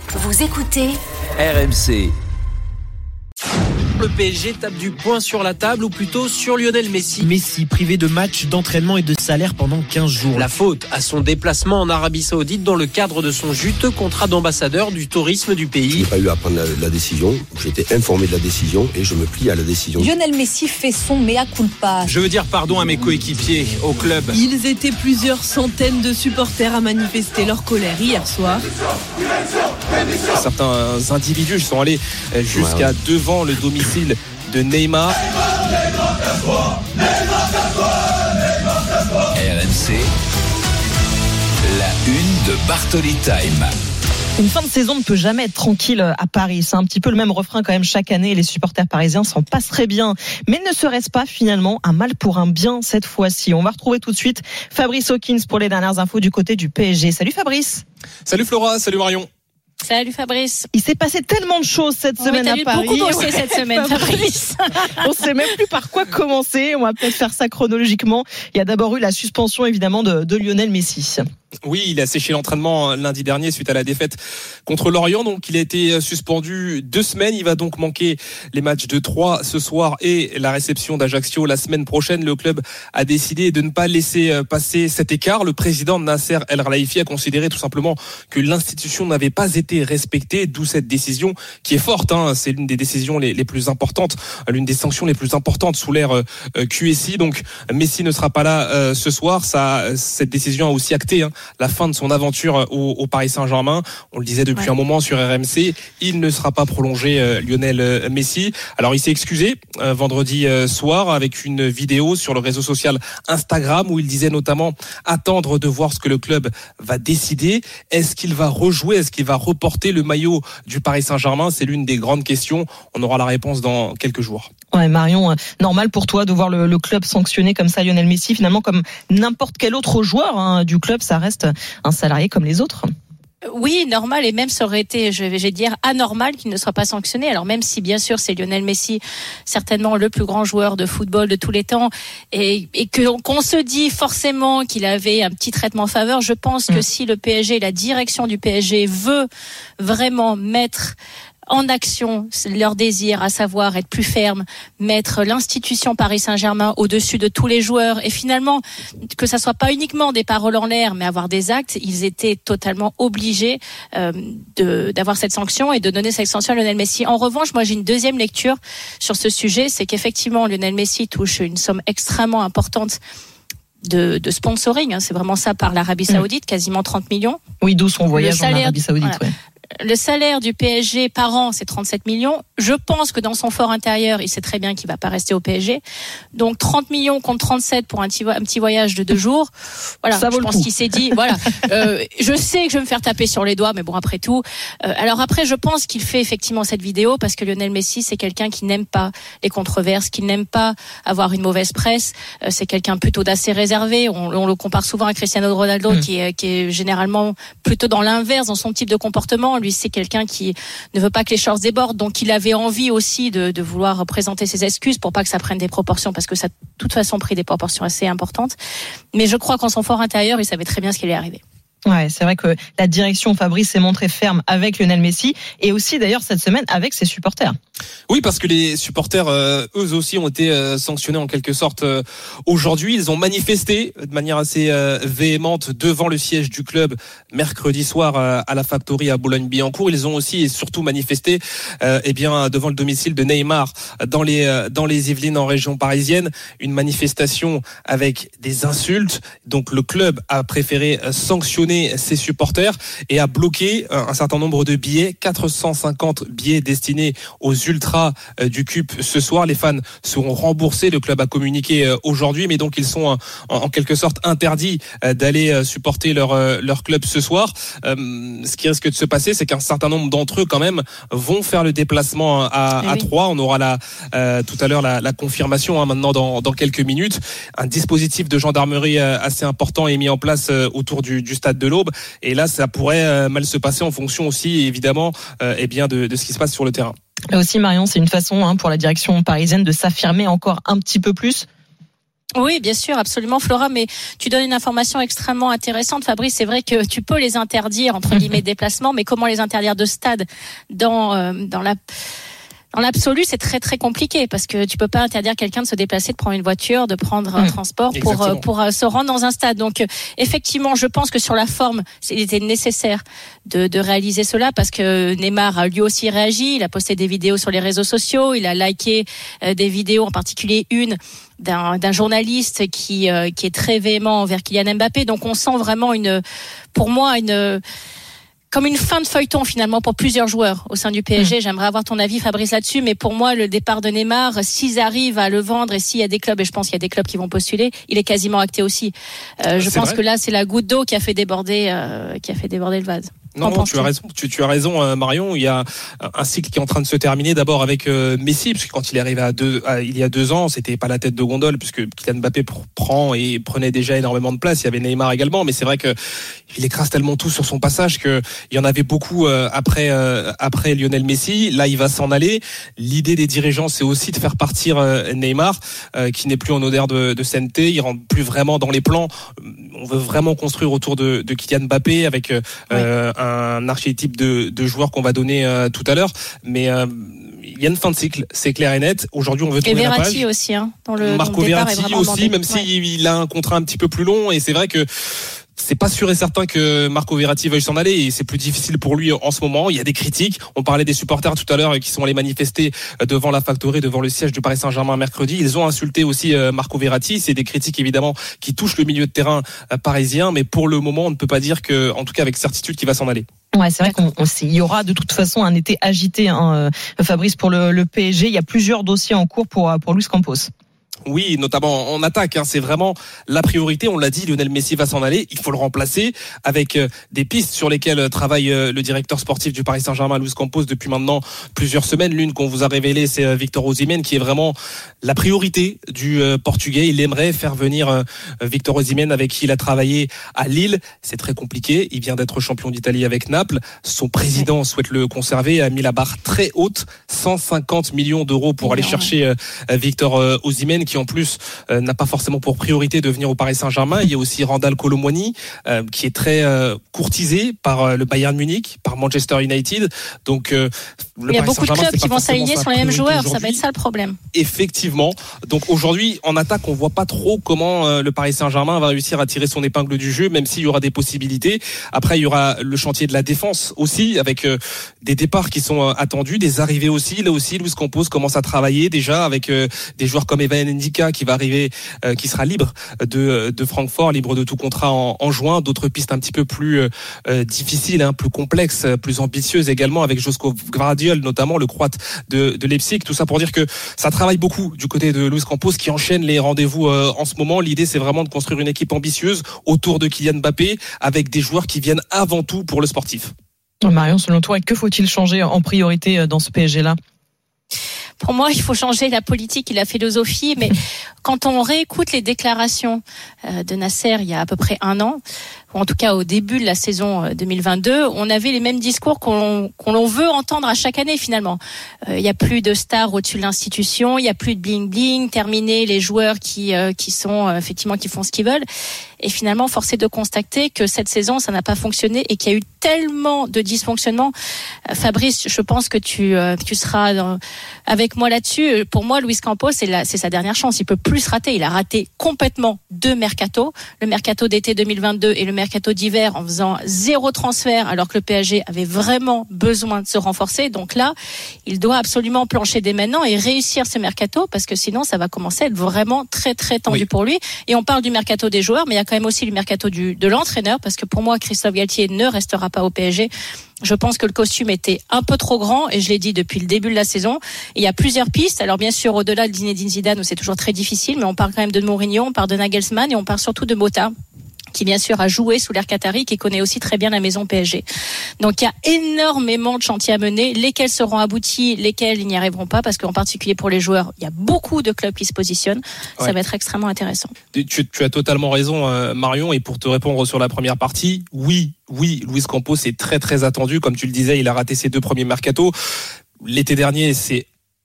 Vous écoutez RMC. Le PSG tape du poing sur la table ou plutôt sur Lionel Messi. Messi privé de matchs, d'entraînement et de salaire pendant 15 jours. La faute à son déplacement en Arabie Saoudite dans le cadre de son juteux contrat d'ambassadeur du tourisme du pays. Je n'ai pas eu à prendre la décision, j'ai été informé de la décision et je me plie à la décision. Lionel Messi fait son mea culpa. Je veux dire pardon à mes coéquipiers, au club. Ils étaient plusieurs centaines de supporters à manifester leur colère hier soir. Certains individus sont allés jusqu'à devant le domicile de Neymar. RMC, la une de Bartoli Time. Une fin de saison ne peut jamais être tranquille à Paris. C'est un petit peu le même refrain quand même chaque année. Les supporters parisiens s'en passent très bien. Mais ne serait-ce pas finalement un mal pour un bien cette fois-ci? On va retrouver tout de suite Fabrice Hawkins pour les dernières infos du côté du PSG. Salut Fabrice. Salut Flora, salut Marion. Salut Fabrice. Il s'est passé tellement de choses cette semaine à Paris. Beaucoup bossé cette semaine, Fabrice. On sait même plus par quoi commencer. On va peut-être faire ça chronologiquement. Il y a d'abord eu la suspension évidemment de Lionel Messi. Oui, il a séché l'entraînement lundi dernier suite à la défaite contre Lorient. Donc, il a été suspendu 2 semaines. Il va donc manquer les matchs de Troyes ce soir et la réception d'Ajaccio la semaine prochaine. Le club a décidé de ne pas laisser passer cet écart. Le président Nasser El Khelaifi a considéré tout simplement que l'institution n'avait pas été respectée, d'où cette décision qui est forte. C'est l'une des décisions les plus importantes, l'une des sanctions les plus importantes sous l'ère QSI. Donc, Messi ne sera pas là ce soir. Cette décision a aussi acté la fin de son aventure au Paris Saint-Germain. On le disait depuis un moment sur RMC, il ne sera pas prolongé, Lionel Messi. Alors il s'est excusé vendredi soir avec une vidéo sur le réseau social Instagram où il disait notamment attendre de voir ce que le club va décider. Est-ce qu'il va rejouer? Est-ce qu'il va reporter le maillot du Paris Saint-Germain? C'est l'une des grandes questions. On aura la réponse dans quelques jours. Ouais, Marion, normal pour toi de voir le club sanctionner comme ça Lionel Messi, finalement comme n'importe quel autre joueur du club, ça reste un salarié comme les autres. Oui, normal, et même ça aurait été, je vais dire, anormal qu'il ne soit pas sanctionné. Alors même si bien sûr c'est Lionel Messi, certainement le plus grand joueur de football de tous les temps, et qu'on se dit forcément qu'il avait un petit traitement en faveur, je pense que si le PSG, la direction du PSG veut vraiment mettre en action leur désir, à savoir être plus ferme, mettre l'institution Paris Saint-Germain au-dessus de tous les joueurs, et finalement que ça soit pas uniquement des paroles en l'air mais avoir des actes, ils étaient totalement obligés d'avoir cette sanction et de donner cette sanction à Lionel Messi. En revanche, moi j'ai une deuxième lecture sur ce sujet, c'est qu'effectivement Lionel Messi touche une somme extrêmement importante de sponsoring, c'est vraiment ça, par l'Arabie Saoudite, quasiment 30 millions. Oui, d'où son voyage en Arabie Saoudite. Voilà. Ouais. Le salaire du PSG par an, c'est 37 millions. Je pense que dans son fort intérieur, il sait très bien qu'il va pas rester au PSG. Donc 30 millions contre 37 pour un petit voyage de 2 jours. Voilà, je pense qu'il s'est dit, voilà, je sais que je vais me faire taper sur les doigts, mais bon, après tout. Alors après, je pense qu'il fait effectivement cette vidéo parce que Lionel Messi, c'est quelqu'un qui n'aime pas les controverses, qui n'aime pas avoir une mauvaise presse. C'est quelqu'un plutôt d'assez réservé. On le compare souvent à Cristiano Ronaldo, qui est généralement plutôt dans l'inverse dans son type de comportement. Lui, c'est quelqu'un qui ne veut pas que les choses débordent, donc il avait envie aussi de vouloir présenter ses excuses pour pas que ça prenne des proportions, parce que ça a de toute façon pris des proportions assez importantes. Mais je crois qu'en son fort intérieur, il savait très bien ce qui allait arriver. Ouais, c'est vrai que la direction Fabrice s'est montrée ferme avec Lionel Messi et aussi d'ailleurs cette semaine avec ses supporters. Oui, parce que les supporters, eux aussi, ont été sanctionnés en quelque sorte aujourd'hui. Ils ont manifesté de manière assez véhémente devant le siège du club mercredi soir à la Factory à Boulogne-Billancourt. Ils ont aussi et surtout manifesté devant le domicile de Neymar dans les Yvelines en région parisienne. Une manifestation avec des insultes. Donc le club a préféré sanctionner ses supporters et a bloqué un certain nombre de billets, 450 billets destinés aux ultras du CUP ce soir. Les fans seront remboursés. Le club a communiqué aujourd'hui, mais donc ils sont en quelque sorte interdits d'aller supporter leur club ce soir. Ce qui risque de se passer, c'est qu'un certain nombre d'entre eux quand même vont faire le déplacement à Troyes. On aura tout à l'heure la confirmation maintenant dans quelques minutes. Un dispositif de gendarmerie assez important est mis en place autour du stade de l'Aube, et là ça pourrait mal se passer en fonction aussi évidemment de ce qui se passe sur le terrain. Là aussi Marion, c'est une façon pour la direction parisienne de s'affirmer encore un petit peu plus. Oui, bien sûr, absolument, Flora, mais tu donnes une information extrêmement intéressante, Fabrice. C'est vrai que tu peux les interdire, entre guillemets, déplacements, mais comment les interdire de stade dans l'absolu, c'est très très compliqué parce que tu peux pas interdire quelqu'un de se déplacer, de prendre une voiture, de prendre un transport pour se rendre dans un stade. Donc effectivement, je pense que sur la forme, il était nécessaire de réaliser cela parce que Neymar a lui aussi réagi. Il a posté des vidéos sur les réseaux sociaux, il a liké des vidéos, en particulier une d'un journaliste qui est très véhément envers Kylian Mbappé. Donc on sent vraiment comme une fin de feuilleton finalement pour plusieurs joueurs au sein du PSG. J'aimerais avoir ton avis, Fabrice, là-dessus, mais pour moi, le départ de Neymar, s'ils arrivent à le vendre et s'il y a des clubs, et je pense qu'il y a des clubs qui vont postuler, il est quasiment acté aussi. Je pense que là, c'est la goutte d'eau qui a fait déborder le vase. Non, tu as raison. Tu as raison, Marion. Il y a un cycle qui est en train de se terminer. D'abord avec Messi, parce que quand il est arrivé il y a 2 ans, c'était pas la tête de gondole, puisque Kylian Mbappé prenait déjà énormément de place. Il y avait Neymar également, mais c'est vrai que il écrase tellement tout sur son passage que il y en avait beaucoup après Lionel Messi. Là, il va s'en aller. L'idée des dirigeants, c'est aussi de faire partir Neymar, qui n'est plus en odeur de sainteté. Il rentre plus vraiment dans les plans. On veut vraiment construire autour de Kylian Mbappé avec un archétype de joueur qu'on va donner tout à l'heure, mais il y a une fin de cycle, c'est clair et net. Aujourd'hui, on veut tourner la page. Et Verratti aussi, Marco Verratti aussi, même s'il a un contrat un petit peu plus long, et c'est vrai que c'est pas sûr et certain que Marco Verratti veuille s'en aller et c'est plus difficile pour lui en ce moment. Il y a des critiques. On parlait des supporters tout à l'heure qui sont allés manifester devant la Factory, devant le siège du Paris Saint-Germain mercredi. Ils ont insulté aussi Marco Verratti. C'est des critiques évidemment qui touchent le milieu de terrain parisien, mais pour le moment, on ne peut pas dire que, en tout cas avec certitude, qu'il va s'en aller. Ouais, c'est vrai qu'il y aura de toute façon un été agité, Fabrice, pour le PSG. Il y a plusieurs dossiers en cours pour Luis Campos. Oui, notamment en attaque, c'est vraiment la priorité. On l'a dit, Lionel Messi va s'en aller. Il faut le remplacer avec des pistes sur lesquelles travaille le directeur sportif du Paris Saint-Germain, Luis Campos, depuis maintenant plusieurs semaines. L'une qu'on vous a révélée, c'est Victor Osimhen, qui est vraiment la priorité du Portugais. Il aimerait faire venir Victor Osimhen, avec qui il a travaillé à Lille. C'est très compliqué. Il vient d'être champion d'Italie avec Naples. Son président souhaite le conserver, a mis la barre très haute, 150 millions d'euros pour aller chercher Victor Osimhen, qui en plus n'a pas forcément pour priorité de venir au Paris Saint-Germain. Il y a aussi Randal Kolo Muani qui est très courtisé par le Bayern Munich, par Manchester United. Donc il y a beaucoup de clubs qui vont s'aligner sur les mêmes joueurs. Ça va être ça le problème. Effectivement. Donc aujourd'hui, en attaque, on voit pas trop comment le Paris Saint-Germain va réussir à tirer son épingle du jeu, même s'il y aura des possibilités. Après, il y aura le chantier de la défense aussi, avec des départs qui sont attendus, des arrivées aussi. Là aussi, Luis Campos commence à travailler déjà avec des joueurs comme Evan Ndika qui va arriver, qui sera libre de Francfort, libre de tout contrat en juin. D'autres pistes un petit peu plus difficiles, plus complexes, plus ambitieuses également, avec Josko Gvardiol, notamment le Croate de Leipzig. Tout ça pour dire que ça travaille beaucoup du côté de Luis Campos, qui enchaîne les rendez-vous en ce moment. L'idée, c'est vraiment de construire une équipe ambitieuse autour de Kylian Mbappé, avec des joueurs qui viennent avant tout pour le sportif. Marion, selon toi, que faut-il changer en priorité dans ce PSG-là ? Pour moi, il faut changer la politique et la philosophie, mais quand on réécoute les déclarations de Nasser il y a à peu près 1 an, ou en tout cas au début de la saison 2022, on avait les mêmes discours qu'on veut entendre à chaque année finalement. Il y a plus de stars au-dessus de l'institution, il y a plus de bling bling, terminer les joueurs qui sont effectivement qui font ce qu'ils veulent. Et finalement, force est de constater que cette saison, ça n'a pas fonctionné et qu'il y a eu tellement de dysfonctionnements. Fabrice, je pense que tu seras avec moi là-dessus. Pour moi, Luis Campos, c'est sa dernière chance. Il peut plus se rater. Il a raté complètement 2 mercatos. Le mercato d'été 2022 et le mercato d'hiver, en faisant 0 transfert, alors que le PSG avait vraiment besoin de se renforcer. Donc là, il doit absolument plancher dès maintenant et réussir ce mercato, parce que sinon, ça va commencer à être vraiment très, très tendu pour lui. Et on parle du mercato des joueurs, mais il y a quand même aussi le mercato de l'entraîneur, parce que pour moi, Christophe Galtier ne restera pas au PSG. Je pense que le costume était un peu trop grand, et je l'ai dit depuis le début de la saison. Et il y a plusieurs pistes. Alors bien sûr, au-delà de Zinedine Zidane, où c'est toujours très difficile, mais on parle quand même de Mourinho, on parle de Nagelsmann et on parle surtout de Mota, qui bien sûr a joué sous l'ère qatari, qui connaît aussi très bien la maison PSG. Donc il y a énormément de chantiers à mener, lesquels seront aboutis, lesquels ils n'y arriveront pas, parce qu'en particulier pour les joueurs, il y a beaucoup de clubs qui se positionnent. Ça va être extrêmement intéressant. Tu as totalement raison, Marion, et pour te répondre sur la première partie, oui, Luis Campos est très très attendu. Comme tu le disais, il a raté ses 2 premiers mercatos. L'été dernier, c'est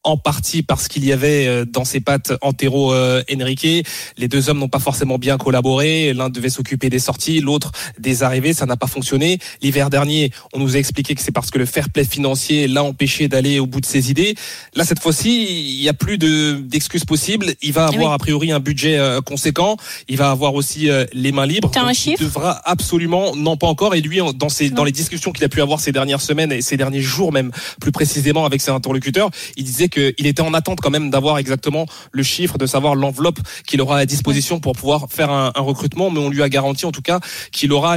en partie parce qu'il y avait dans ses pattes Antero Henrique. Les deux hommes n'ont pas forcément bien collaboré. L'un devait s'occuper des sorties, l'autre des arrivées. Ça n'a pas fonctionné. L'hiver dernier, on nous a expliqué que c'est parce que le fair play financier l'a empêché d'aller au bout de ses idées. Là, cette fois-ci, il n'y a plus d'excuses possibles. Il va avoir a priori un budget conséquent. Il va avoir aussi les mains libres. T'as un chiffre ? Il devra absolument, non pas encore. Et lui, dans les discussions qu'il a pu avoir ces dernières semaines et ces derniers jours même, plus précisément avec ses interlocuteurs, il disait qu'il était en attente quand même d'avoir exactement le chiffre, de savoir l'enveloppe qu'il aura à disposition pour pouvoir faire un recrutement, mais on lui a garanti en tout cas qu'il aurait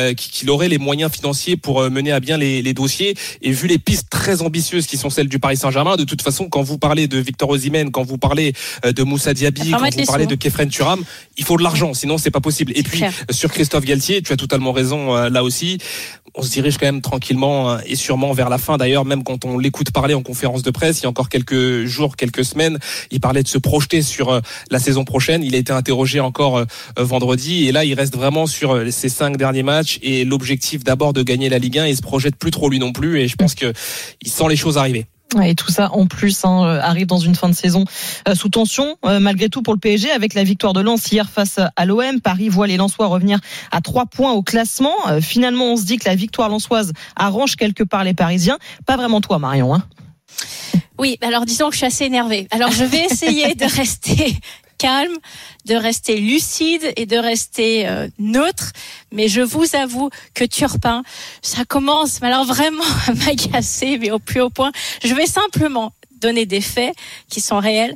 les moyens financiers pour mener à bien les dossiers. Et vu les pistes très ambitieuses qui sont celles du Paris Saint-Germain, de toute façon, quand vous parlez de Victor Osimhen, quand vous parlez de Moussa Diaby, quand vous parlez de Kefren Thuram, il faut de l'argent, sinon c'est pas possible. Et puis sur Christophe Galtier, tu as totalement raison là aussi. On se dirige quand même tranquillement et sûrement vers la fin. D'ailleurs, même quand on l'écoute parler en conférence de presse, il y a encore quelques jours, quelques semaines, il parlait de se projeter sur la saison prochaine. Il a été interrogé encore vendredi et là, il reste vraiment sur ses 5 derniers matchs et l'objectif d'abord de gagner la Ligue 1. Il se projette plus trop lui non plus et je pense que il sent les choses arriver. Et tout ça en plus arrive dans une fin de saison sous tension malgré tout pour le PSG avec la victoire de Lens hier face à l'OM. Paris voit les Lensois revenir à 3 points au classement. Finalement on se dit que la victoire lensoise arrange quelque part les Parisiens. Pas vraiment toi Marion hein. Oui, alors disons que je suis assez énervée. Alors je vais essayer de rester calme, de rester lucide et de rester neutre. Mais je vous avoue que Turpin, ça commence alors vraiment à m'agacer, mais au plus haut point. Je vais simplement donner des faits qui sont réels.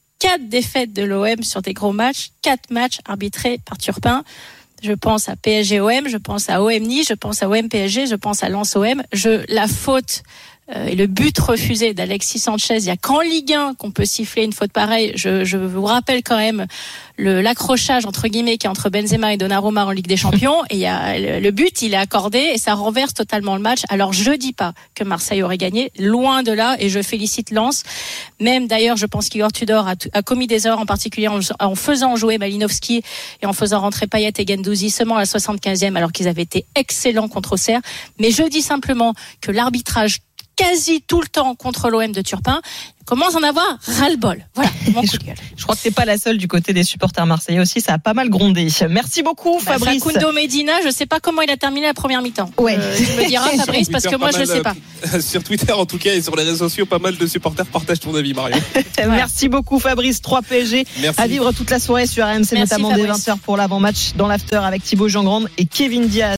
4 défaites de l'OM sur des gros matchs, 4 matchs arbitrés par Turpin. Je pense à PSG-OM, je pense à OM-Nice, je pense à OM-PSG, je pense à Lens-OM. La faute et le but refusé d'Alexis Sanchez, il y a qu'en Ligue 1 qu'on peut siffler une faute pareille. Je vous rappelle quand même l'accrochage entre guillemets qui est entre Benzema et Donnarumma en Ligue des Champions, et il y a le but, il est accordé et ça renverse totalement le match. Alors je dis pas que Marseille aurait gagné, loin de là, et je félicite Lens. Même d'ailleurs, je pense qu'Igor Tudor a commis des erreurs, en particulier en faisant jouer Malinowski et en faisant rentrer Payet et Guendouzi seulement à la 75e, alors qu'ils avaient été excellents contre Auxerre. Mais je dis simplement que l'arbitrage quasi tout le temps contre l'OM de Turpin commence à en avoir ras-le-bol. Voilà, mon coup de gueule. Je crois que t'es pas la seule du côté des supporters marseillais aussi, ça a pas mal grondé. Merci beaucoup Fabrice. Facundo Medina, je sais pas comment il a terminé la première mi-temps. Ouais. Tu me diras Fabrice, parce que moi je sais pas. Sur Twitter en tout cas et sur les réseaux sociaux, pas mal de supporters partagent ton avis Marion. Merci beaucoup Fabrice, 3 PSG. Merci. À vivre toute la soirée sur RMC, notamment dès 20h pour l'avant-match dans l'after avec Thibaut Jeangrande et Kevin Diaz.